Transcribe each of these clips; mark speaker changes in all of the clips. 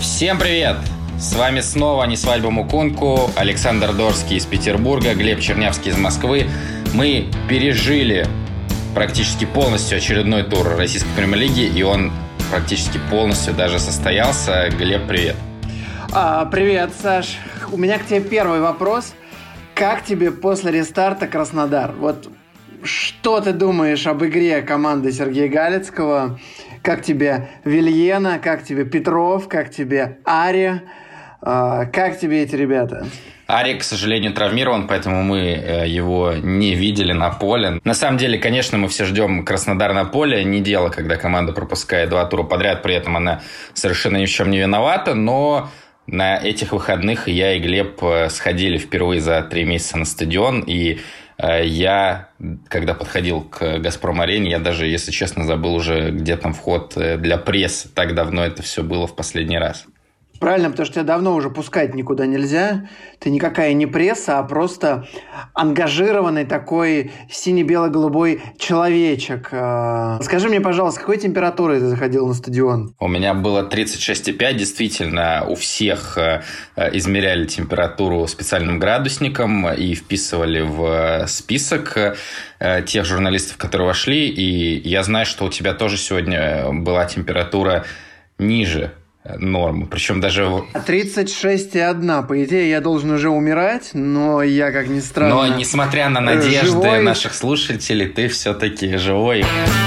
Speaker 1: Всем привет! С вами снова «Не свадьба Мукунку», Александр Дорский из Петербурга, Глеб Чернявский из Москвы. Мы пережили практически полностью очередной тур российской премьер-лиги, и он практически полностью даже состоялся. Глеб, привет!
Speaker 2: Привет, Саш. У меня к тебе первый вопрос. Как тебе после рестарта Краснодар? Вот что ты думаешь об игре команды Сергея Галицкого? Как тебе Вильена? Как тебе Петров? Как тебе Ари? Как тебе эти ребята?
Speaker 1: Ари, к сожалению, травмирован, поэтому мы его не видели на поле. На самом деле, конечно, мы все ждем Краснодар на поле. Не дело, когда команда пропускает 2 тура подряд, при этом она совершенно ни в чем не виновата. Но на этих выходных я и Глеб сходили впервые за 3 месяца на стадион. И я, когда подходил к «Газпром-арене», я даже, если честно, забыл уже, где там вход для прессы. Так давно это все было в последний раз.
Speaker 2: Правильно, потому что тебя давно уже пускать никуда нельзя. Ты никакая не пресса, а просто ангажированный такой сине-бело-голубой человечек. Скажи мне, пожалуйста, какой температурой ты заходил на стадион?
Speaker 1: У меня было 36,5. Действительно, у всех измеряли температуру специальным градусником и вписывали в список тех журналистов, которые вошли. И я знаю, что у тебя тоже сегодня была температура ниже нормы, причем даже...
Speaker 2: 36,1. По идее, я должен уже умирать, но я, как ни странно...
Speaker 1: Но, несмотря на надежды
Speaker 2: живой.
Speaker 1: Наших слушателей, ты все-таки живой.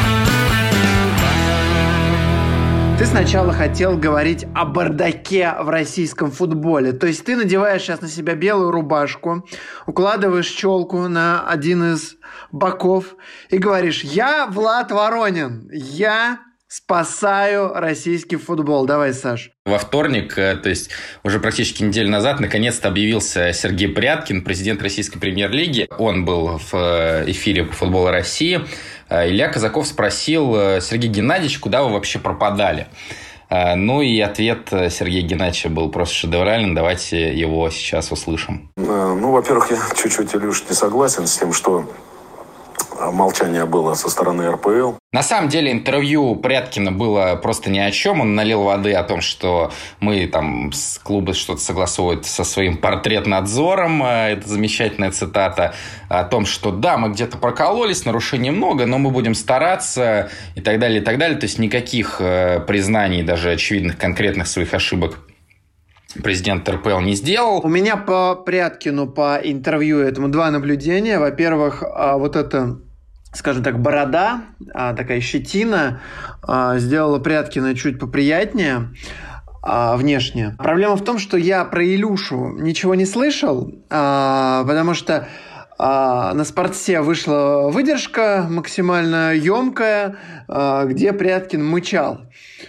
Speaker 2: Ты сначала хотел говорить о бардаке в российском футболе. То есть ты надеваешь сейчас на себя белую рубашку, укладываешь челку на один из боков и говоришь: «Я Влад Воронин, я спасаю российский футбол». Давай, Саш.
Speaker 1: Во вторник, то есть уже практически неделю назад, наконец-то объявился Сергей Пряткин, президент российской премьер-лиги. Он был в эфире «Футбола России». Илья Казаков спросил: Сергей Геннадьевич, куда вы вообще пропадали? Ну и ответ Сергея Геннадьевича был просто шедевральный. Давайте его сейчас услышим.
Speaker 3: Ну, во-первых, я чуть-чуть, Илюш, не согласен с тем, что молчание было со стороны РПЛ.
Speaker 1: На самом деле интервью Пряткина было просто ни о чем. Он налил воды о том, что мы там с клуба что-то согласовывают со своим портрет-надзором. Это замечательная цитата. О том, что да, мы где-то прокололись, нарушений много, но мы будем стараться и так далее, и так далее. То есть никаких признаний, даже очевидных конкретных своих ошибок президент РПЛ не сделал.
Speaker 2: У меня по Пряткину, по интервью этому 2 наблюдения. Во-первых, вот это, скажем так, борода, такая щетина, сделала Пряткина чуть поприятнее внешне. Проблема в том, что я про Илюшу ничего не слышал, потому что на Спортсе вышла выдержка максимально емкая, где Пряткин мычал.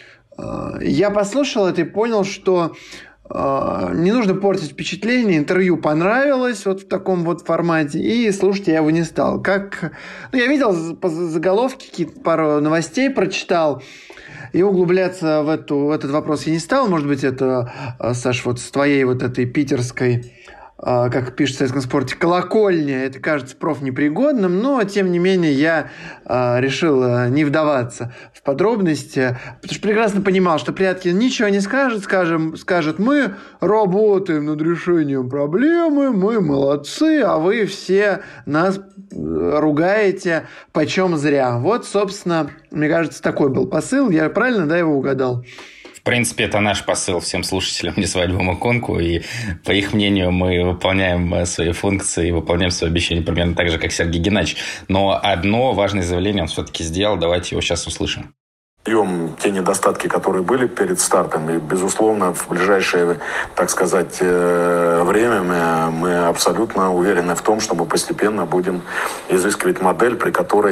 Speaker 2: Я послушал это и понял, что не нужно портить впечатление, интервью понравилось вот в таком вот формате, и слушать я его не стал. Я видел заголовки, какие-то пару новостей прочитал, и углубляться в этот вопрос я не стал. Может быть, это, Саш, вот с твоей вот этой питерской, как пишут в «Советском спорте», колокольня, это кажется профнепригодным, но, тем не менее, я решил не вдаваться в подробности, потому что прекрасно понимал, что Пряткин ничего не скажет, скажет: мы работаем над решением проблемы, мы молодцы, а вы все нас ругаете почем зря. Вот, собственно, мне кажется, такой был посыл. Я правильно, его угадал?
Speaker 1: В принципе, это наш посыл всем слушателям «Не свадьбы Мукунку», и, по их мнению, мы выполняем свои функции, выполняем свои обещания примерно так же, как Сергей Геннадьевич. Но одно важное заявление он все-таки сделал, давайте его сейчас услышим.
Speaker 3: Те недостатки, которые были перед стартом, и, безусловно, в ближайшее, так сказать, время мы абсолютно уверены в том, что мы постепенно будем изыскивать модель, при которой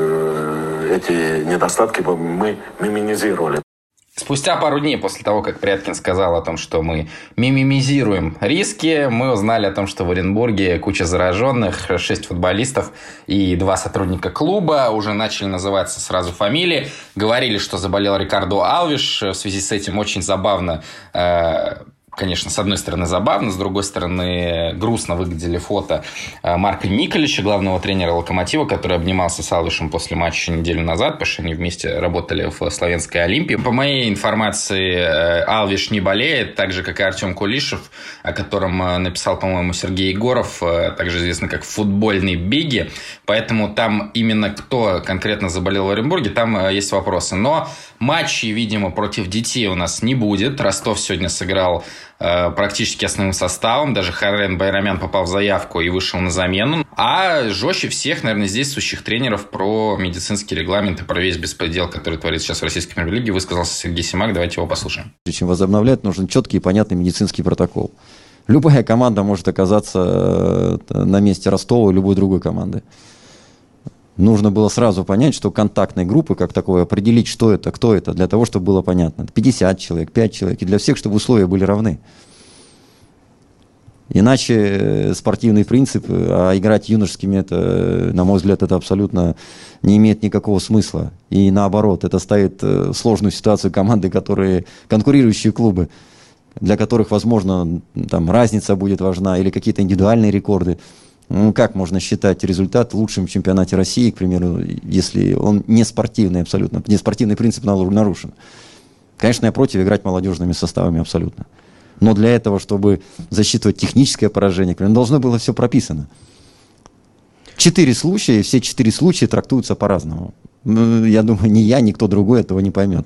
Speaker 3: эти недостатки мы минимизировали.
Speaker 1: Спустя пару дней после того, как Пряткин сказал о том, что мы минимизируем риски, мы узнали о том, что в Оренбурге куча зараженных, 6 футболистов и 2 сотрудника клуба. Уже начали называться сразу фамилии. Говорили, что заболел Рикардо Алвиш. В связи с этим очень забавно Конечно, с одной стороны забавно, с другой стороны грустно выглядели фото Марка Николича, главного тренера «Локомотива», который обнимался с Алвишем после матча неделю назад, потому что они вместе работали в Словенской Олимпии. По моей информации, Алвиш не болеет, так же, как и Артем Кулишев, о котором написал, по-моему, Сергей Егоров, также известный как футбольный Биги. Поэтому там именно кто конкретно заболел в Оренбурге, там есть вопросы. Но матчей, видимо, против детей у нас не будет. Ростов сегодня сыграл практически основным составом. Даже Харен Байрамян попал в заявку и вышел на замену. А жестче всех, наверное, здесь сущих тренеров про медицинский регламент и про весь беспредел, который творится сейчас в российской премьер-лиге, высказался Сергей Симак. Давайте его послушаем.
Speaker 4: Прежде чем возобновлять, нужен четкий и понятный медицинский протокол. Любая команда может оказаться на месте Ростова и любой другой команды. Нужно было сразу понять, что контактной группы, как такое, определить, что это, кто это, для того, чтобы было понятно. 50 человек, 5 человек, и для всех, чтобы условия были равны. Иначе спортивный принцип, а играть юношескими, это, на мой взгляд, это абсолютно не имеет никакого смысла. И наоборот, это ставит в сложную ситуацию команды, которые, конкурирующие клубы, для которых, возможно, там разница будет важна или какие-то индивидуальные рекорды. Ну, как можно считать результат лучшим в чемпионате России, к примеру, если он не спортивный абсолютно, не спортивный принцип нарушен? Конечно, я против играть молодежными составами абсолютно. Но для этого, чтобы засчитывать техническое поражение, должно было все прописано. 4 случая, и все 4 случая трактуются по-разному. Я думаю, ни я, ни кто другой этого не поймет.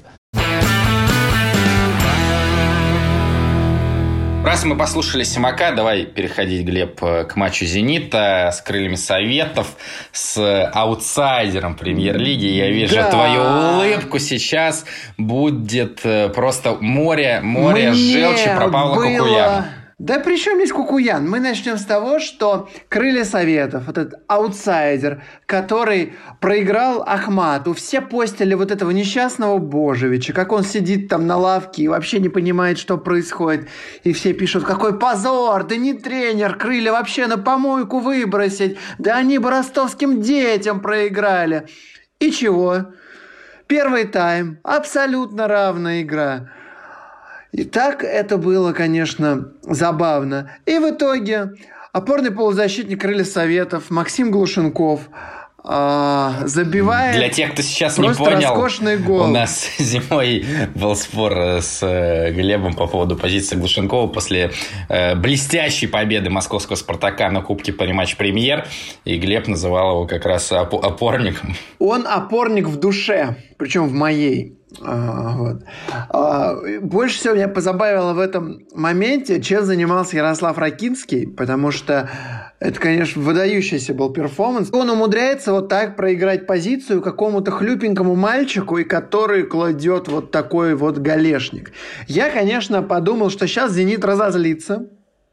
Speaker 1: Раз мы послушали Симака, давай переходить, Глеб, к матчу «Зенита» с крыльями Советов, с аутсайдером премьер-лиги. Я вижу твою улыбку сейчас. Будет просто море желчи про Павла Кукуяна.
Speaker 2: Да при чем здесь Кукуян? Мы начнем с того, что крылья Советов, вот этот аутсайдер, который проиграл Ахмату, все постили вот этого несчастного Божевича, как он сидит там на лавке и вообще не понимает, что происходит. И все пишут, какой позор, да не тренер, крылья вообще на помойку выбросить, да они бы ростовским детям проиграли. И чего? Первый тайм, абсолютно равная игра. И так это было, конечно, забавно. И в итоге опорный полузащитник крылья Советов Максим Глушенков забивает.
Speaker 1: Для тех, кто сейчас не понял,
Speaker 2: роскошный гол.
Speaker 1: У нас зимой был спор с Глебом по поводу позиции Глушенкова после блестящей победы московского «Спартака» на Кубке Париматч Премьер. И Глеб называл его как раз опорником.
Speaker 2: Он опорник в душе, причем в моей. Вот. Больше всего меня позабавило в этом моменте, чем занимался Ярослав Ракинский, потому что это, конечно, выдающийся был перформанс. Он умудряется вот так проиграть позицию какому-то хлюпенькому мальчику, и который кладет вот такой вот галешник. Я, конечно, подумал, что сейчас «Зенит» разозлится.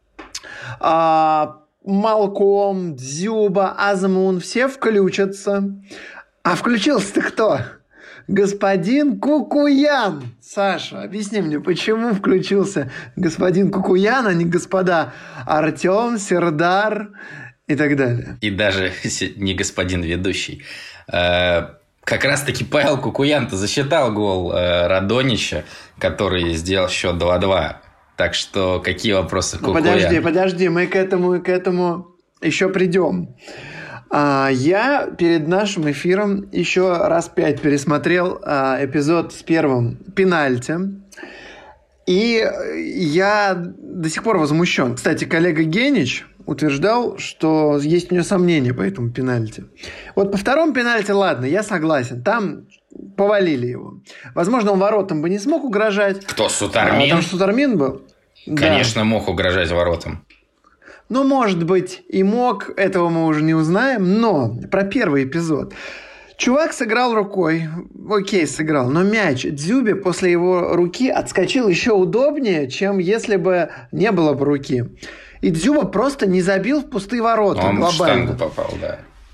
Speaker 2: Малком, Дзюба, Азмун все включатся. А включился-то кто? Господин Кукуян. Саша, объясни мне, почему включился господин Кукуян, а не господа Артем, Сердар и так далее?
Speaker 1: И даже не господин ведущий. Как раз-таки Павел Кукуян-то засчитал гол Радонича, который сделал счет 2-2. Так что какие вопросы к Кукуяну?
Speaker 2: Подожди, мы к этому еще придем. Я перед нашим эфиром еще раз 5 пересмотрел эпизод с первым пенальти. И я до сих пор возмущен. Кстати, коллега Генич утверждал, что есть у него сомнения по этому пенальти. Вот по второму пенальти, ладно, я согласен. Там повалили его. Возможно, он воротам бы не смог угрожать.
Speaker 1: Кто, Сутармин?
Speaker 2: Там Сутармин был.
Speaker 1: Конечно, да. Мог угрожать воротам.
Speaker 2: Ну, может быть, и мог, этого мы уже не узнаем, но про первый эпизод. Чувак сыграл рукой, окей, сыграл, но мяч Дзюбе после его руки отскочил еще удобнее, чем если бы не было бы руки. И Дзюба просто не забил в пустые ворота.
Speaker 1: Он
Speaker 2: глобально.
Speaker 1: в штангу попал, да.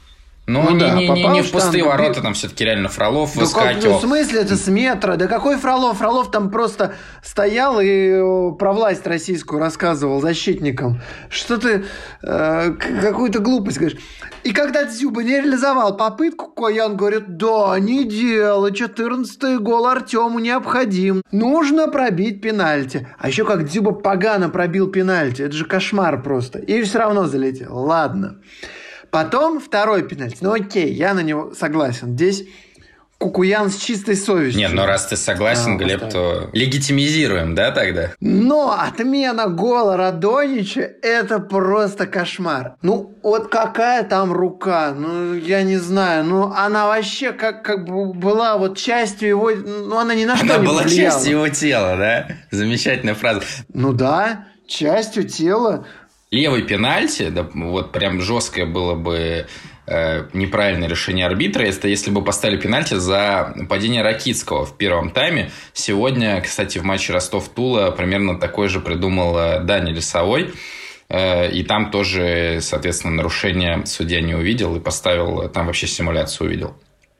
Speaker 1: Но не в пустые
Speaker 2: там,
Speaker 1: ворота, там все-таки реально Фролов
Speaker 2: да
Speaker 1: выскакивал.
Speaker 2: В смысле, это с метра? Да какой Фролов? Фролов там просто стоял и про власть российскую рассказывал защитникам. Что ты какую-то глупость говоришь. И когда Дзюба не реализовал попытку, Коян говорит, да, не дело, 14-й гол Артему необходим. Нужно пробить пенальти. А еще как Дзюба погано пробил пенальти. Это же кошмар просто. И все равно залетел. Ладно. Потом второй пенальти. Ну окей, я на него согласен. Здесь Кукуян с чистой совестью.
Speaker 1: Нет, ну раз ты согласен, Глеб, то легитимизируем, да, тогда?
Speaker 2: Но отмена гола Радонича – это просто кошмар. Ну, вот какая там рука? Ну, я не знаю. Ну, она вообще как бы была вот частью его... Ну, она ни на что не повлияла.
Speaker 1: Она была частью его тела, да? Замечательная фраза.
Speaker 2: Ну да, частью тела.
Speaker 1: Левый пенальти, да, вот прям жесткое было бы неправильное решение арбитра, если бы поставили пенальти за падение Ракитского в первом тайме. Сегодня, кстати, в матче Ростов-Тула примерно такой же придумал Даня Лисовой. И там тоже, соответственно, нарушение судья не увидел и поставил, там вообще симуляцию увидел.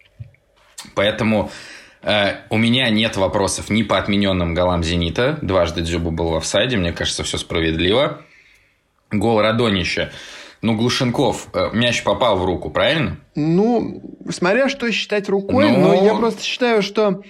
Speaker 1: Поэтому у меня нет вопросов ни по отмененным голам «Зенита». Дважды Дзюба был в офсайде, мне кажется, все справедливо. Гол Радонича. Ну, Глушенков, мяч попал в руку, правильно?
Speaker 2: Ну, смотря что считать рукой, но я просто считаю, что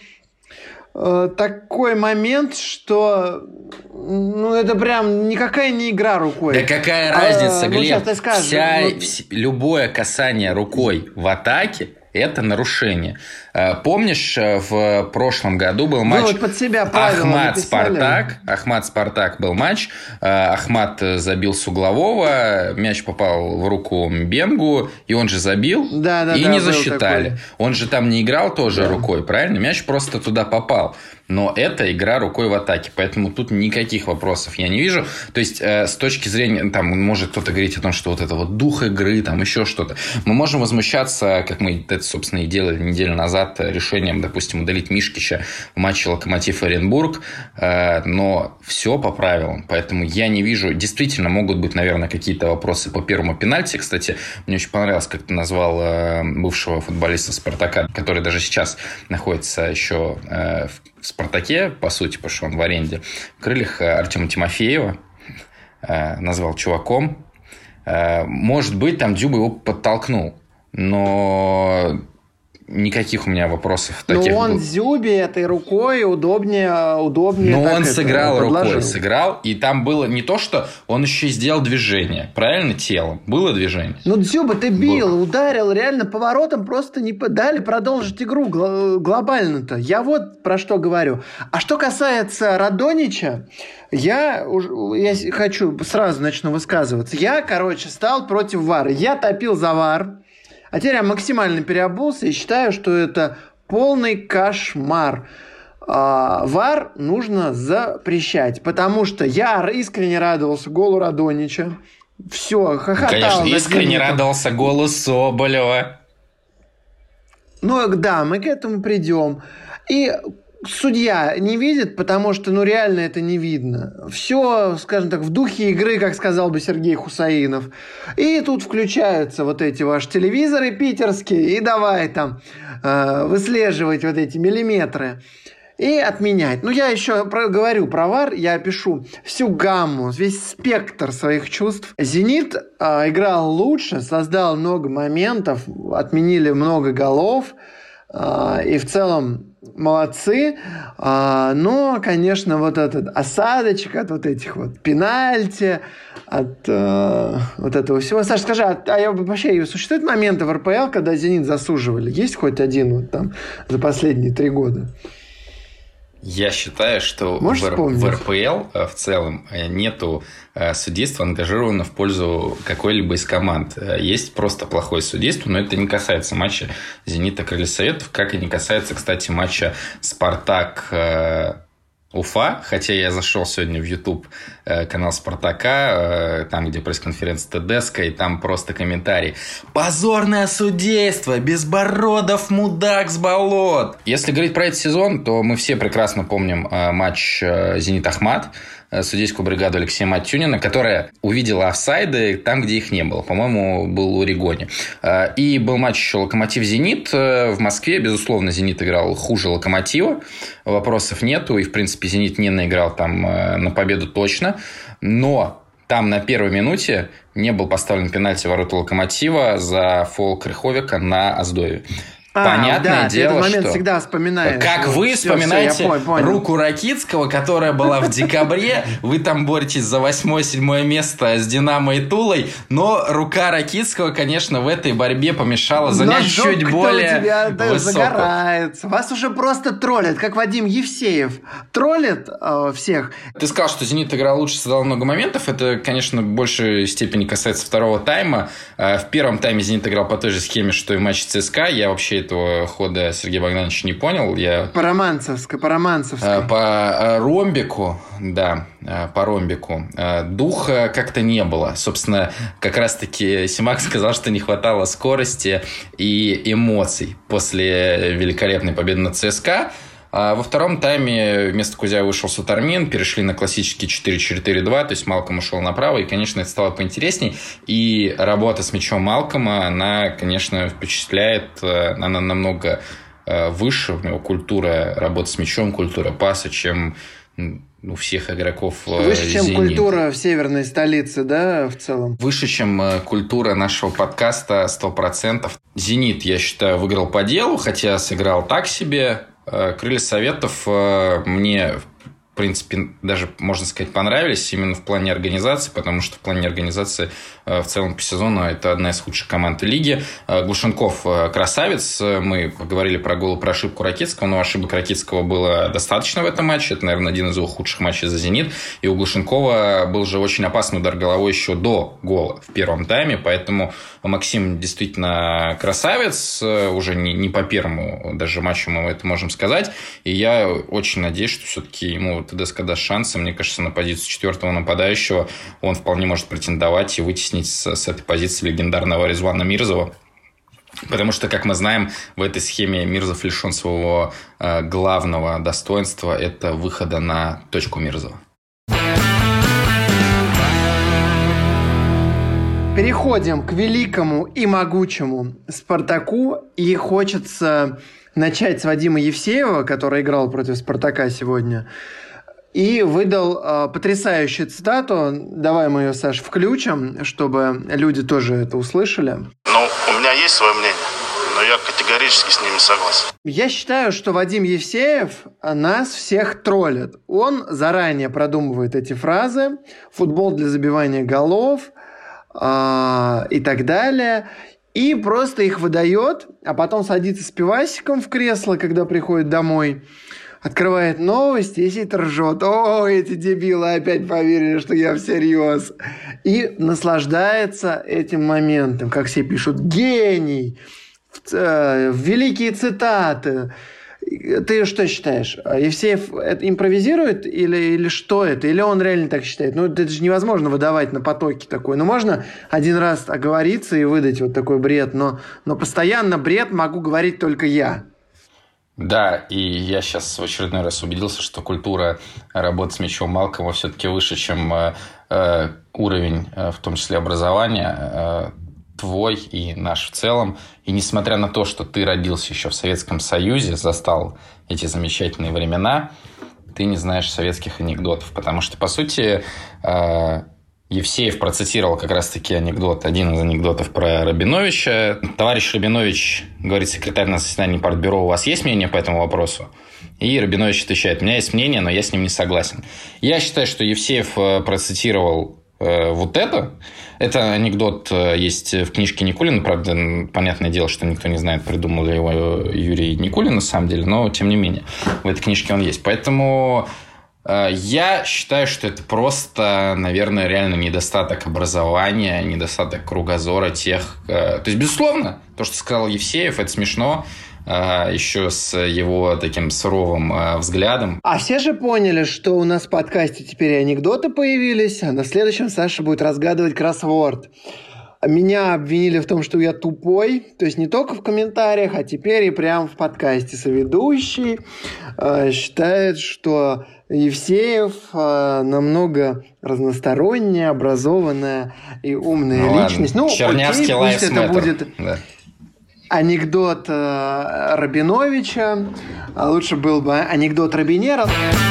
Speaker 2: такой момент, что ну, это прям никакая не игра рукой.
Speaker 1: Да какая разница, Глеб?
Speaker 2: Ну, скажешь,
Speaker 1: любое касание рукой в атаке – это нарушение. Помнишь, в прошлом году был матч
Speaker 2: вот под себя
Speaker 1: Ахмат-Спартак. Ахмат-Спартак был матч. Ахмат забил с углового, мяч попал в руку Мбенгу, и он же забил, и не засчитали. Он же там не играл тоже рукой, правильно? Мяч просто туда попал. Но это игра рукой в атаке, поэтому тут никаких вопросов я не вижу. То есть, с точки зрения, там, может кто-то говорить о том, что вот это вот дух игры, там еще что-то. Мы можем возмущаться, как мы это, собственно, и делали неделю назад, решением, допустим, удалить Мишкича в матче Локомотив-Оренбург, но все по правилам. Поэтому я не вижу... Действительно, могут быть, наверное, какие-то вопросы по первому пенальти. Кстати, мне очень понравилось, как ты назвал бывшего футболиста «Спартака», который даже сейчас находится еще в «Спартаке», по сути, потому что он в аренде, в крыльях Артема Тимофеева, назвал чуваком. Может быть, там Дзюба его подтолкнул, но никаких у меня вопросов таких.
Speaker 2: Но он Дзюбе этой рукой удобнее.
Speaker 1: Но он сыграл рукой, и там было не то, что он еще и сделал движение, правильно, телом. Было движение.
Speaker 2: Ну, Дзюба, ты бил, ударил, реально поворотом просто не дали продолжить игру глобально-то. Я вот про что говорю. А что касается Радонича, я хочу, сразу начну высказываться. Я, стал против ВАРа. Я топил за ВАР. А теперь я максимально переобулся и считаю, что это полный кошмар. ВАР нужно запрещать, потому что я искренне радовался голу Радонича. Все, хохотал.
Speaker 1: Конечно, искренне радовался голу Соболева.
Speaker 2: Ну да, мы к этому придем. И судья не видит, потому что, реально это не видно. Все, скажем так, в духе игры, как сказал бы Сергей Хусаинов. И тут включаются вот эти ваши телевизоры питерские, и давай там выслеживать вот эти миллиметры. И отменять. Я еще говорю про ВАР, я пишу всю гамму, весь спектр своих чувств. «Зенит» играл лучше, создал много моментов, отменили много голов. И в целом молодцы, но, конечно, вот этот осадочек от вот этих вот пенальти, от вот этого всего. Саша, скажи, вообще существуют моменты в РПЛ, когда «Зенит» засуживали? Есть хоть один вот там за последние 3 года?
Speaker 1: Я считаю, что в РПЛ в целом нету судейства ангажировано в пользу какой-либо из команд. Есть просто плохое судейство, но это не касается матча «Зенита» Крылья Советов, как и не касается, кстати, матча «Спартак» Уфа, хотя я зашел сегодня в YouTube канал Спартака, там, где пресс-конференция ТДСК, и там просто комментарий. Позорное судейство, Безбородов мудак с болот. Если говорить про этот сезон, то мы все прекрасно помним матч «Зенит-Ахмат», судейскую бригаду Алексея Матюнина, которая увидела офсайды там, где их не было. По-моему, был у Орегоне. И был матч еще «Локомотив-Зенит» в Москве. Безусловно, «Зенит» играл хуже «Локомотива». Вопросов нету. И, в принципе, «Зенит» не наиграл там на победу точно. Но там на первой минуте не был поставлен пенальти в ворота «Локомотива» за фол Крыховика на Оздоеве. Понятное дело,
Speaker 2: ты этот момент
Speaker 1: что...
Speaker 2: всегда вспоминаешь.
Speaker 1: Как вы вспоминаете руку Ракитского, которая была в декабре, вы там боретесь за 8-7 место с «Динамо» и «Тулой», но рука Ракитского, конечно, в этой борьбе помешала занять чуть более высокую.
Speaker 2: Загорается. Вас уже просто троллят, как Вадим Евсеев троллит всех.
Speaker 1: Ты сказал, что «Зенит» играл лучше, создал много моментов. Это, конечно, в большей степени касается второго тайма. В первом тайме «Зенит» играл по той же схеме, что и в матче ЦСКА. Я вообще этого хода Сергея Богдановича не понял.
Speaker 2: По романцевской.
Speaker 1: По ромбику, да, по ромбику. Духа как-то не было. Собственно, как раз-таки Симак сказал, что не хватало скорости и эмоций после великолепной победы над ЦСКА. А во втором тайме вместо Кузя вышел Сутармин, перешли на классический 4-4-2, то есть Малком ушел направо, и, конечно, это стало поинтересней. И работа с мячом Малкома, она, конечно, впечатляет, она намного выше, у него культура работы с мячом, культура паса, чем у всех игроков
Speaker 2: выше, чем
Speaker 1: «Зенита».
Speaker 2: Культура в северной столице, да, в целом?
Speaker 1: Выше, чем культура нашего подкаста 100%. «Зенит», я считаю, выиграл по делу, хотя сыграл так себе. «Крылья Советов» мне, в принципе, даже, можно сказать, понравились именно в плане организации, потому что в плане организации в целом по сезону это одна из худших команд лиги. Глушенков красавец. Мы поговорили про гол и про ошибку Ракитского, но ошибок Ракитского было достаточно в этом матче. Это, наверное, один из его худших матчей за «Зенит». И у Глушенкова был же очень опасный удар головой еще до гола в первом тайме, поэтому Максим действительно красавец. Уже не по первому даже матчу мы это можем сказать. И я очень надеюсь, что все-таки ему ТДСК даст шансы. Мне кажется, на позицию четвертого нападающего он вполне может претендовать и вытеснить с этой позиции легендарного Резвана Мирзова. Потому что, как мы знаем, в этой схеме Мирзов лишен своего главного достоинства – это выхода на точку Мирзова.
Speaker 2: Переходим к великому и могучему «Спартаку». И хочется начать с Вадима Евсеева, который играл против «Спартака» сегодня. И выдал потрясающую цитату. Давай мы ее, Саш, включим, чтобы люди тоже это услышали.
Speaker 5: У меня есть свое мнение, но я категорически с ним не согласен.
Speaker 2: Я считаю, что Вадим Евсеев нас всех троллит. Он заранее продумывает эти фразы. Футбол для забивания голов и так далее. И просто их выдает, а потом садится с пивасиком в кресло, когда приходит домой. Открывает новости и сидит ржет. О, эти дебилы опять поверили, что я всерьез. И наслаждается этим моментом. Как все пишут, гений, великие цитаты. Ты что считаешь? Евсеев это импровизирует или что это? Или он реально так считает? Это же невозможно выдавать на потоке такой. Можно один раз оговориться и выдать вот такой бред, но постоянно бред могу говорить только я.
Speaker 1: Да, и я сейчас в очередной раз убедился, что культура работы с мячом Малкома все-таки выше, чем уровень, в том числе образования, твой и наш в целом. И несмотря на то, что ты родился еще в Советском Союзе, застал эти замечательные времена, ты не знаешь советских анекдотов. Потому что, по сути, Евсеев процитировал как раз-таки анекдот, один из анекдотов про Рабиновича. Товарищ Рабинович, говорит секретарь на заседании партбюро, у вас есть мнение по этому вопросу? И Рабинович отвечает, у меня есть мнение, но я с ним не согласен. Я считаю, что Евсеев процитировал вот это. Это анекдот есть в книжке Никулина. Правда, понятное дело, что никто не знает, придумал ли его Юрий Никулин на самом деле, но тем не менее в этой книжке он есть. Поэтому я считаю, что это просто, наверное, реально недостаток образования, недостаток кругозора тех... То есть, безусловно, то, что сказал Евсеев, это смешно. еще с его таким суровым взглядом.
Speaker 2: А все же поняли, что у нас в подкасте теперь и анекдоты появились, а на следующем Саша будет разгадывать кроссворд. Меня обвинили в том, что я тупой, то есть не только в комментариях, а теперь и прямо в подкасте. Соведущий считает, что Евсеев намного разносторонняя, образованная и умная личность.
Speaker 1: Ну, Чернявский
Speaker 2: пусть это будет
Speaker 1: да.
Speaker 2: Анекдот Рабиновича, а лучше был бы анекдот Робинера.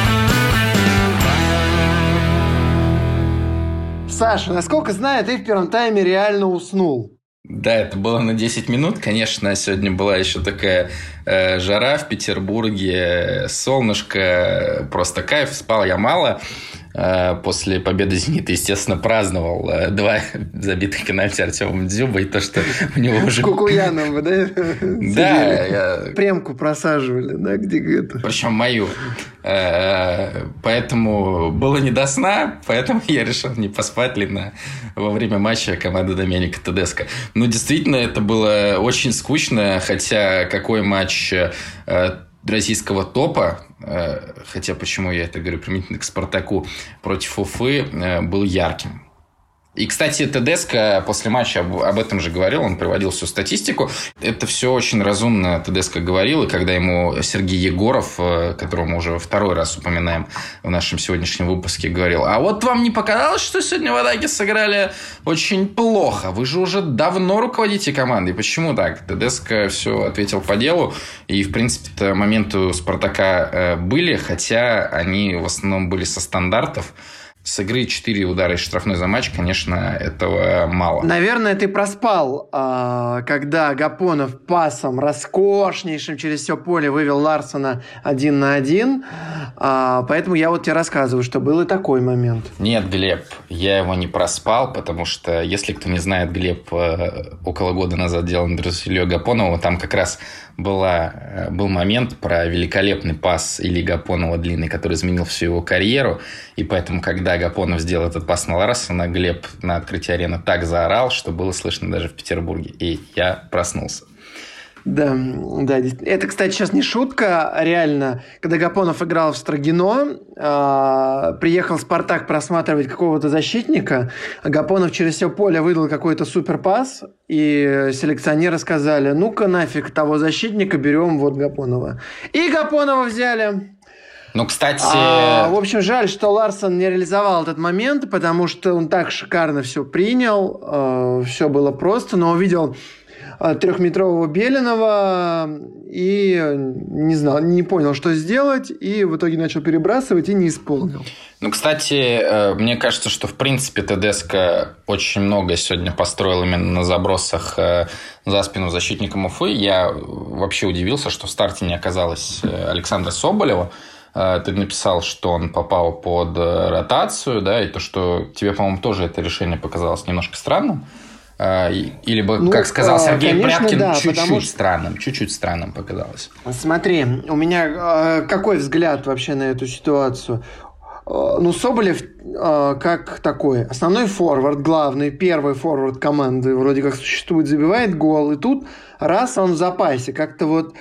Speaker 2: Саша, насколько знаю, ты в первом тайме реально уснул.
Speaker 1: Да, это было на 10 минут. Конечно, сегодня была еще такая жара в Петербурге, солнышко, просто кайф. Спал я мало. После победы «Зенита», естественно, праздновал 2 забитых пенальти Артема Дзюба и то, что у него уже...
Speaker 2: С Кукуяном вы, да?
Speaker 1: Да.
Speaker 2: Премку просаживали, да, где это?
Speaker 1: Причем мою. Поэтому было не до сна, поэтому я решил не поспать во время матча команды Доменика Тедеско. Ну, действительно, это было очень скучно, хотя какой матч российского топа, хотя почему я это говорю применительно к «Спартаку» против Уфы, был ярким. И, кстати, Тедеско после матча об этом же говорил, он приводил всю статистику. Это все очень разумно Тедеско говорил, и когда ему Сергей Егоров, которого мы уже второй раз упоминаем в нашем сегодняшнем выпуске, говорил: а вот вам не показалось, что сегодня в атаке сыграли очень плохо? Вы же уже давно руководите командой. Почему так? Тедеско все ответил по делу, и, в принципе-то, моменты у «Спартака» были, хотя они в основном были со стандартов. С игры 4 удара из штрафной за матч, конечно, этого мало.
Speaker 2: Наверное, ты проспал, когда Гапонов пасом роскошнейшим через все поле вывел Ларсона 1 на 1. Поэтому я вот тебе рассказываю, что был и такой момент.
Speaker 1: Нет, Глеб, я его не проспал, потому что, если кто не знает, Глеб около года назад делал интервью с Ильей Гапоновым, там как раз был момент про великолепный пас Ильи Гапонова длинный, который изменил всю его карьеру. И поэтому, когда Гапонов сделал этот пас на Ларсона, Глеб на открытии арены так заорал, что было слышно даже в Петербурге. И я проснулся.
Speaker 2: Да. Это, кстати, сейчас не шутка. Реально, когда Гапонов играл в Строгино, приехал «Спартак» просматривать какого-то защитника, а Гапонов через все поле выдал какой-то суперпас, и селекционеры сказали: ну-ка нафиг того защитника, берем вот Гапонова. И Гапонова взяли.
Speaker 1: Ну, кстати...
Speaker 2: В общем, жаль, что Ларсон не реализовал этот момент, потому что он так шикарно все принял, все было просто, но увидел 3-метрового Беленова и не понял, что сделать, и в итоге начал перебрасывать и не исполнил.
Speaker 1: Ну, кстати, мне кажется, что, в принципе, Тедеско очень много сегодня построил именно на забросах за спину защитникам Уфы. Я вообще удивился, что в старте не оказалось Александра Соболева. Ты написал, что он попал под ротацию, да, и то, что тебе, по-моему, тоже это решение показалось немножко странным. Или, как сказал Сергей Пряткин, да, чуть-чуть странным показалось.
Speaker 2: Смотри, у меня какой взгляд вообще на эту ситуацию? Ну, Соболев как такой основной форвард, главный, первый форвард команды вроде как существует, забивает гол, и тут раз он в запасе. Как-то вот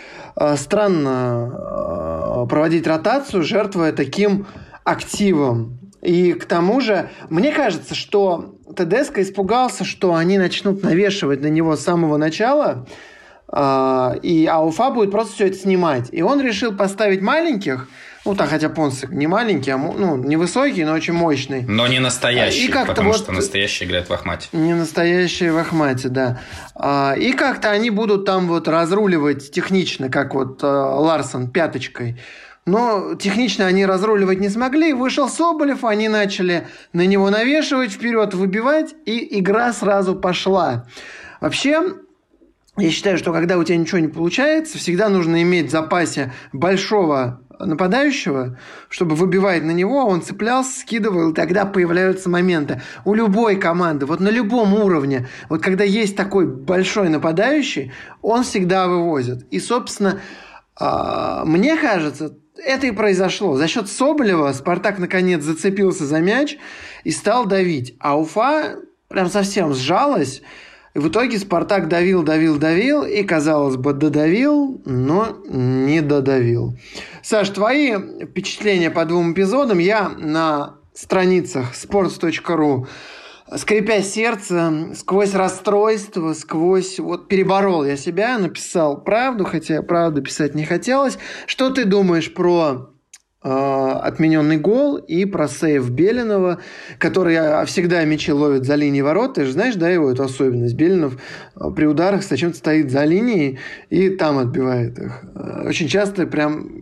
Speaker 2: странно проводить ротацию, жертвуя таким активом. И к тому же, мне кажется, что Тедеско испугался, что они начнут навешивать на него с самого начала, а Уфа будет просто все это снимать. И он решил поставить маленьких, хотя Понсик не маленький, не высокий, но очень мощный.
Speaker 1: Но не настоящий, потому что настоящий играет в Ахмате.
Speaker 2: Не настоящий в Ахмате, да. И как-то они будут там разруливать технично, как Ларсон пяточкой. Но технично они разруливать не смогли. Вышел Соболев, они начали на него навешивать, вперед выбивать, и игра сразу пошла. Вообще, я считаю, что когда у тебя ничего не получается, всегда нужно иметь в запасе большого нападающего, чтобы выбивать на него, он цеплялся, скидывал, и тогда появляются моменты. У любой команды, на любом уровне, когда есть такой большой нападающий, он всегда вывозит. И, собственно, мне кажется, это и произошло. За счет Соболева «Спартак» наконец зацепился за мяч и стал давить. А Уфа прям совсем сжалась. И в итоге «Спартак» давил, и, казалось бы, додавил, но не додавил. Саш, твои впечатления по 2 эпизодам я на страницах sports.ru, скрипя сердце, сквозь расстройство, переборол я себя, написал правду, хотя правду писать не хотелось. Что ты думаешь про отмененный гол и про сейв Беленова, который всегда мячи ловит за линией ворот? Ты же знаешь, да, его эту особенность? Беленов при ударах зачем-то стоит за линией и там отбивает их. Очень часто прям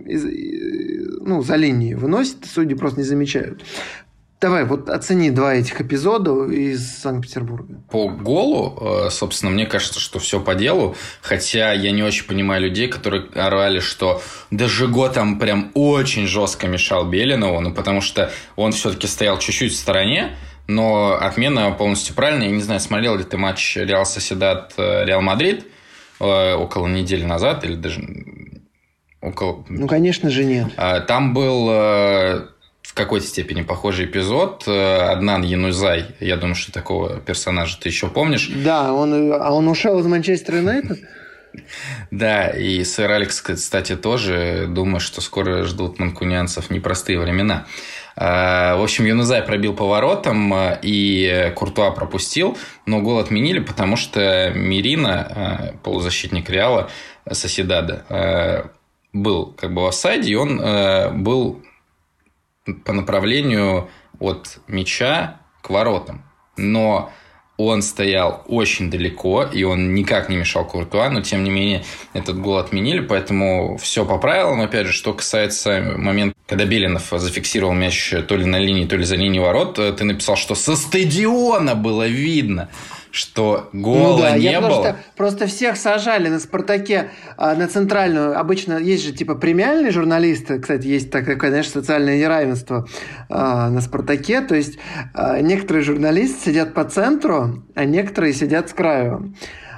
Speaker 2: за линией выносит, судьи просто не замечают. Давай, оцени 2 этих эпизода из Санкт-Петербурга.
Speaker 1: По голу, собственно, мне кажется, что все по делу. Хотя я не очень понимаю людей, которые орали, что Жиго там прям очень жестко мешал Беленову, потому что он все-таки стоял чуть-чуть в стороне, но отмена полностью правильная. Я не знаю, смотрел ли ты матч Реал Сосьедад Реал Мадрид около недели назад или даже около...
Speaker 2: Ну, конечно же, нет.
Speaker 1: Там был... в какой-то степени похожий эпизод. Аднан Янузай, я думаю, что такого персонажа ты еще помнишь.
Speaker 2: Да, он ушел из Манчестер Юнайтед?
Speaker 1: Да, и сэр Алекс, кстати, тоже. Думаю, что скоро ждут манкунианцев непростые времена. В общем, Янузай пробил по воротам, и Куртуа пропустил, но гол отменили, потому что Мерина, полузащитник Реала Сосьедада, был в офсайде, и он был по направлению от мяча к воротам. Но он стоял очень далеко, и он никак не мешал Куртуа, но, тем не менее, этот гол отменили, поэтому все по правилам. Опять же, что касается момента, когда Беленов зафиксировал мяч то ли на линии, то ли за линией ворот, ты написал, что со стадиона было видно, что гола не было.
Speaker 2: Просто всех сажали на «Спартаке», на центральную. Обычно есть же премиальные журналисты. Кстати, есть такое, конечно, социальное неравенство на «Спартаке». То есть некоторые журналисты сидят по центру, а некоторые сидят с краю.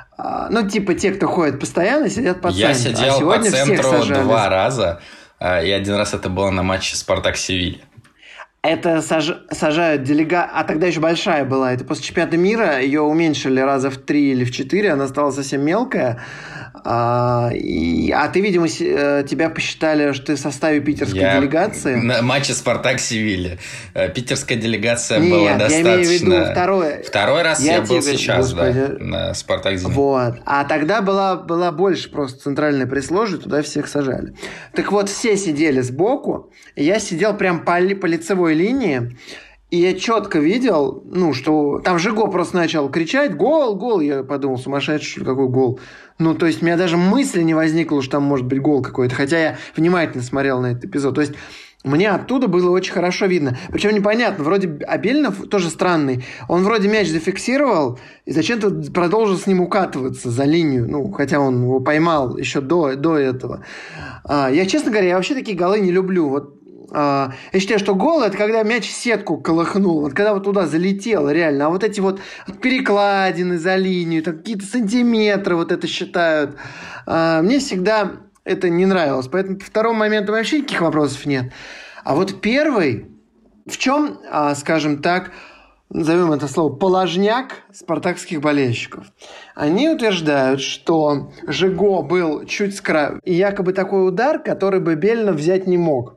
Speaker 2: Те, кто ходит постоянно, сидят по центру.
Speaker 1: Я сидел по центру 2 раза, и 1 раз это было на матче «Спартак-Севилья».
Speaker 2: Это сажают делегацию, а тогда еще большая была. Это после чемпионата мира ее уменьшили раза в 3 или в 4, она стала совсем мелкая. А ты, видимо, тебя посчитали, что ты в составе питерской делегации.
Speaker 1: На матче «Спартак-Севилья». Питерская делегация была достаточно...
Speaker 2: я имею в виду
Speaker 1: Второй раз я был сейчас, на «Спартак-Зенит».
Speaker 2: Вот. А тогда была больше просто центральная пресс-ложа, туда всех сажали. Так вот, все сидели сбоку, и я сидел прям по лицевой линии, и я четко видел, что там Жиго просто начал кричать: «Гол, гол!» Я подумал, сумасшедший, какой гол. То есть у меня даже мысли не возникло, что там может быть гол какой-то, хотя я внимательно смотрел на этот эпизод. То есть мне оттуда было очень хорошо видно. Причем непонятно, вроде Беленов тоже странный. Он вроде мяч зафиксировал и зачем-то продолжил с ним укатываться за линию. Хотя он его поймал еще до этого. Я, честно говоря, вообще такие голы не люблю. Я считаю, что гол – это когда мяч в сетку колыхнул, когда туда залетел реально. А эти перекладины за линию, какие-то сантиметры это считают. Мне всегда это не нравилось. Поэтому по второму моменту вообще никаких вопросов нет. А первый, в чем, скажем так, назовем это слово, положняк спартакских болельщиков. Они утверждают, что Жиго был чуть с краю, и якобы такой удар, который бы Беленов взять не мог.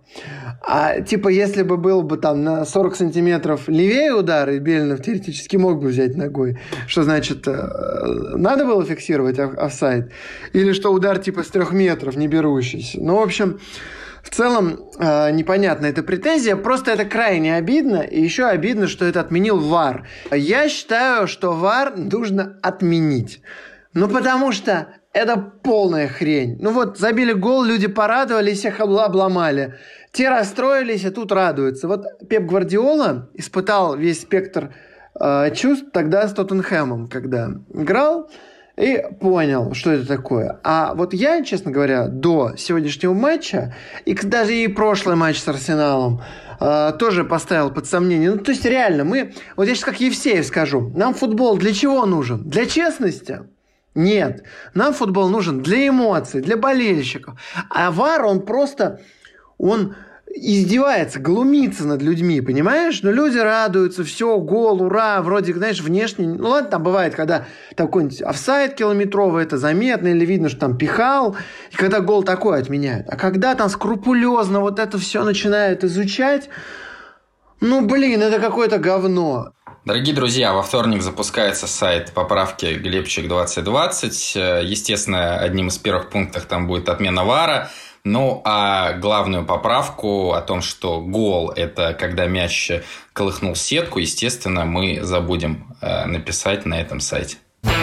Speaker 2: Если бы был бы на 40 сантиметров левее удар, и Беленов теоретически мог бы взять ногой, что значит, надо было фиксировать офсайд? Или что удар с 3 метров не берущийся? В общем, в целом непонятна эта претензия, просто это крайне обидно, и еще обидно, что это отменил ВАР. Я считаю, что ВАР нужно отменить. Потому что это полная хрень. Забили гол, люди порадовались, всех обломали. Те расстроились, а тут радуются. Пеп Гвардиола испытал весь спектр чувств тогда с Тоттенхэмом, когда играл, и понял, что это такое. А я, честно говоря, до сегодняшнего матча, и даже и прошлый матч с Арсеналом, тоже поставил под сомнение. То есть реально, я сейчас как Евсеев скажу, нам футбол для чего нужен? Для честности? Нет. Нам футбол нужен для эмоций, для болельщиков. А ВАР, он издевается, глумится над людьми, понимаешь? Но люди радуются, все, гол, ура, вроде, знаешь, внешне... Ну, ладно, там бывает, когда там какой-нибудь офсайд километровый, это заметно, или видно, что там пихал, и когда гол такой отменяют. А когда там скрупулезно вот это все начинают изучать, ну, блин, это какое-то говно.
Speaker 1: Дорогие друзья, во вторник запускается сайт поправки Глебчик 2020. Естественно, одним из первых пунктов там будет отмена ВАРа. Ну, а главную поправку о том, что гол – это когда мяч колыхнул сетку, естественно, мы забудем написать на этом сайте.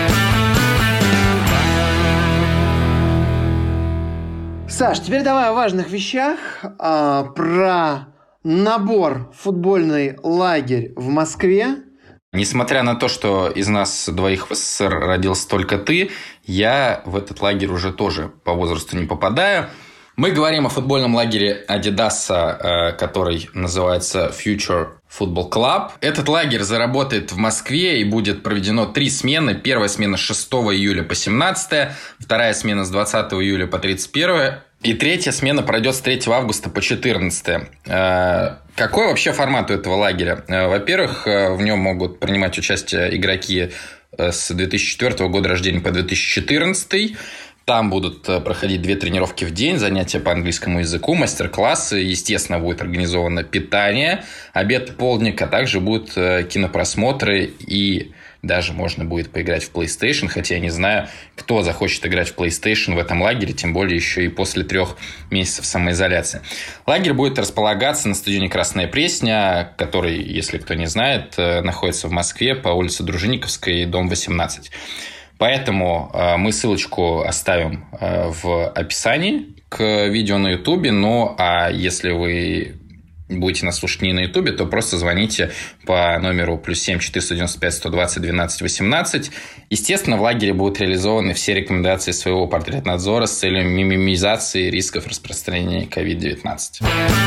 Speaker 2: Саш, теперь давай о важных вещах. Про набор в футбольный лагерь в Москве.
Speaker 1: Несмотря на то, что из нас двоих в СССР родился только ты, я в этот лагерь уже тоже по возрасту не попадаю. Мы говорим о футбольном лагере Адидаса, который называется Future Football Club. Этот лагерь заработает в Москве и будет проведено 3 смены. Первая смена с 6 июля по 17, вторая смена с 20 июля по 31, и третья смена пройдет с 3 августа по 14. Какой вообще формат у этого лагеря? Во-первых, в нем могут принимать участие игроки с 2004 года рождения по 2014. Там будут проходить 2 тренировки в день, занятия по английскому языку, мастер-классы. Естественно, будет организовано питание, обед, полдник, а также будут кинопросмотры и даже можно будет поиграть в PlayStation, хотя я не знаю, кто захочет играть в PlayStation в этом лагере, тем более еще и после 3 месяцев самоизоляции. Лагерь будет располагаться на стадионе «Красная Пресня», который, если кто не знает, находится в Москве по улице Дружинниковской, дом 18. Поэтому мы ссылочку оставим в описании к видео на Ютубе. Ну, а если вы будете нас слушать не на Ютубе, то просто звоните по номеру +7 495 120 12 18. Естественно, в лагере будут реализованы все рекомендации своего портретнадзора с целью минимизации рисков распространения COVID-19.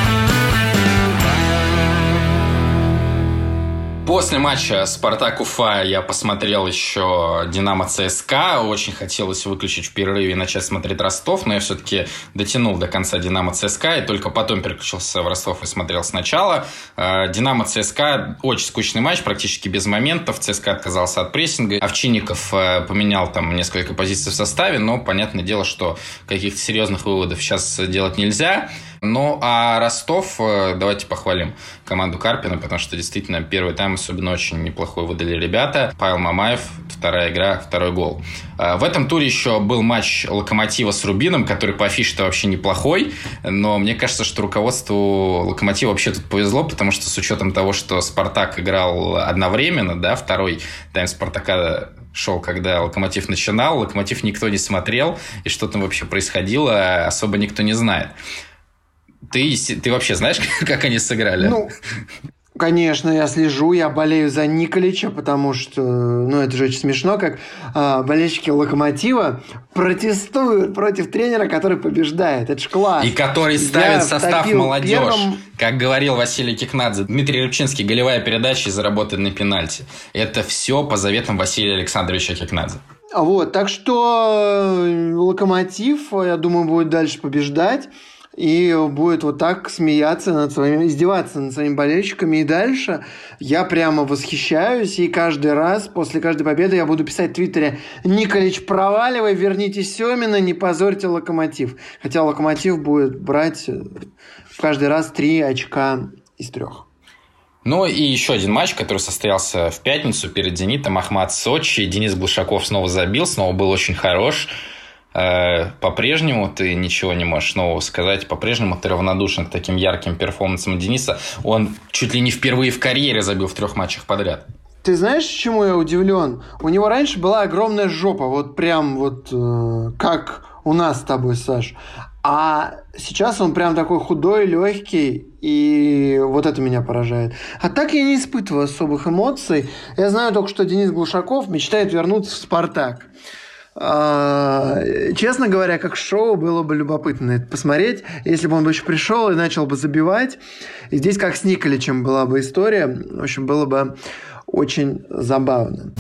Speaker 1: После матча «Спартак-Уфа» я посмотрел еще «Динамо-ЦСКА». Очень хотелось выключить в перерыве и начать смотреть «Ростов», но я все-таки дотянул до конца «Динамо-ЦСКА» и только потом переключился в «Ростов» и смотрел сначала. «Динамо-ЦСКА» очень скучный матч, практически без моментов. ЦСКА отказался от прессинга. Овчинников поменял там несколько позиций в составе, но понятное дело, что каких-то серьезных выводов сейчас делать нельзя. Ну, а Ростов, давайте похвалим команду Карпина, потому что действительно первый тайм особенно очень неплохой выдали ребята. Павел Мамаев, 2-я игра, 2-й гол. В этом туре еще был матч Локомотива с Рубином, который по афише-то вообще неплохой, но мне кажется, что руководству Локомотива вообще тут повезло, потому что с учетом того, что Спартак играл одновременно, да, второй тайм Спартака шел, когда Локомотив начинал, Локомотив никто не смотрел, и что там вообще происходило, особо никто не знает. Ты вообще знаешь, как они сыграли?
Speaker 2: Ну, конечно, я слежу, я болею за Николича, потому что, ну, это же очень смешно, как болельщики Локомотива протестуют против тренера, который побеждает. Это ж класс.
Speaker 1: И который ставит состав молодежь. Как говорил Василий Кикнадзе, Дмитрий Рыбчинский, голевая передача и заработанный пенальти. Это все по заветам Василия Александровича Кикнадзе.
Speaker 2: Вот, так что Локомотив, я думаю, будет дальше побеждать. И будет вот так смеяться над своими, издеваться над своими болельщиками. И дальше я прямо восхищаюсь. И каждый раз, после каждой победы, я буду писать в Твиттере: «Николич, проваливай, верните Семина, не позорьте Локомотив». Хотя Локомотив будет брать каждый раз 3 очка из 3.
Speaker 1: Ну и еще один матч, который состоялся в пятницу перед «Зенитом». Ахмат-Сочи. Денис Глушаков снова забил, снова был очень хорош. По-прежнему ты ничего не можешь нового сказать. По-прежнему ты равнодушен к таким ярким перформансам Дениса. Он чуть ли не впервые в карьере забил в 3 матчах подряд.
Speaker 2: Ты знаешь, чему я удивлен? У него раньше была огромная жопа. Вот прям вот как у нас с тобой, Саш. А сейчас он прям такой худой, легкий. И вот это меня поражает. А так я не испытываю особых эмоций. Я знаю только, что Денис Глушаков мечтает вернуться в «Спартак». Честно говоря, как шоу было бы любопытно это посмотреть, если бы он бы еще пришел и начал бы забивать. И здесь как с Николичем была бы история. В общем, было бы очень забавно.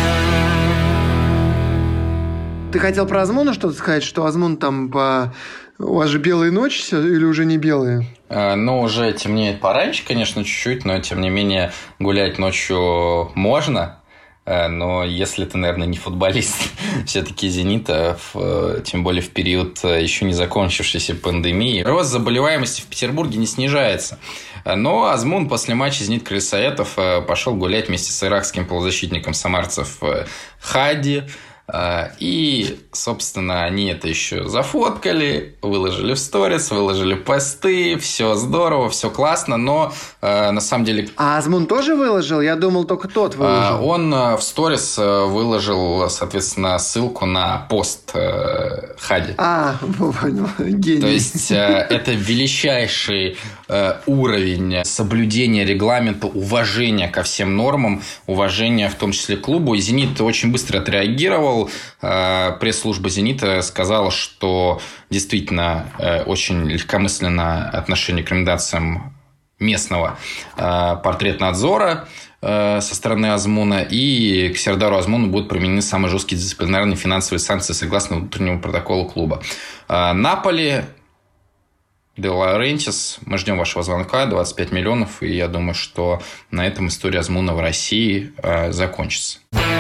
Speaker 2: Ты хотел про Азмуна что-то сказать, что Азмун там по У вас же белые ночи или уже не белые?
Speaker 1: Ну, уже темнеет пораньше, конечно, чуть-чуть, но, тем не менее, гулять ночью можно. Но если ты, наверное, не футболист, все-таки «Зенита», тем более в период еще не закончившейся пандемии, рост заболеваемости в Петербурге не снижается. Но Азмун после матча «Зенит» Крылья Советов пошел гулять вместе с иракским полузащитником самарцев Хади. И, собственно, они это еще зафоткали, выложили в сторис, выложили посты, все здорово, все классно, но на самом деле...
Speaker 2: А Азмун тоже выложил? Я думал, только тот выложил.
Speaker 1: Он в сторис выложил, соответственно, ссылку на пост Хади.
Speaker 2: Понял, гений.
Speaker 1: То есть это величайший уровень соблюдения регламента, уважения ко всем нормам, уважения в том числе к клубу. И «Зенит» очень быстро отреагировал. Пресс-служба «Зенита» сказала, что действительно очень легкомысленно отношение к рекомендациям местного портретнадзора со стороны Азмуна, и к Сердару Азмуну будут применены самые жесткие дисциплинарные финансовые санкции согласно внутреннему протоколу клуба. Наполи, Де Лаурентис, мы ждем вашего звонка, 25 миллионов, и я думаю, что на этом история Азмуна в России закончится.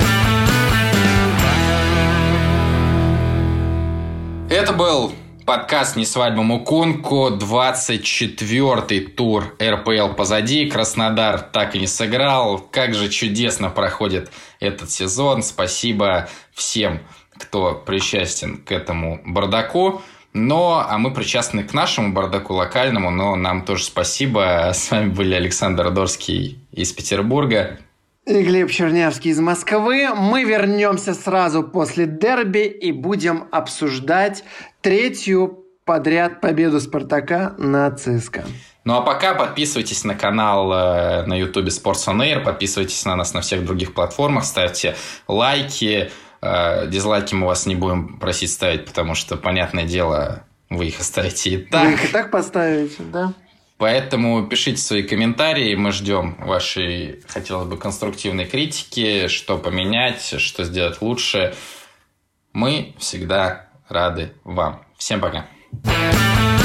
Speaker 1: Это был подкаст «Не свадьба Мукунку», 24-й тур РПЛ позади. Краснодар так и не сыграл. Как же чудесно проходит этот сезон. Спасибо всем, кто причастен к этому бардаку. А мы причастны к нашему бардаку локальному, но нам тоже спасибо. С вами были Александр Дорский из Петербурга.
Speaker 2: И Глеб Чернявский из Москвы. Мы вернемся сразу после дерби и будем обсуждать третью подряд победу «Спартака» на ЦСКА.
Speaker 1: Ну а пока подписывайтесь на канал на YouTube Sports on Air, подписывайтесь на нас на всех других платформах, ставьте лайки. Дизлайки мы вас не будем просить ставить, потому что, понятное дело, вы их оставите и так.
Speaker 2: Вы их и так поставите, да?
Speaker 1: Поэтому пишите свои комментарии, мы ждем вашей, хотелось бы, конструктивной критики, что поменять, что сделать лучше. Мы всегда рады вам. Всем пока.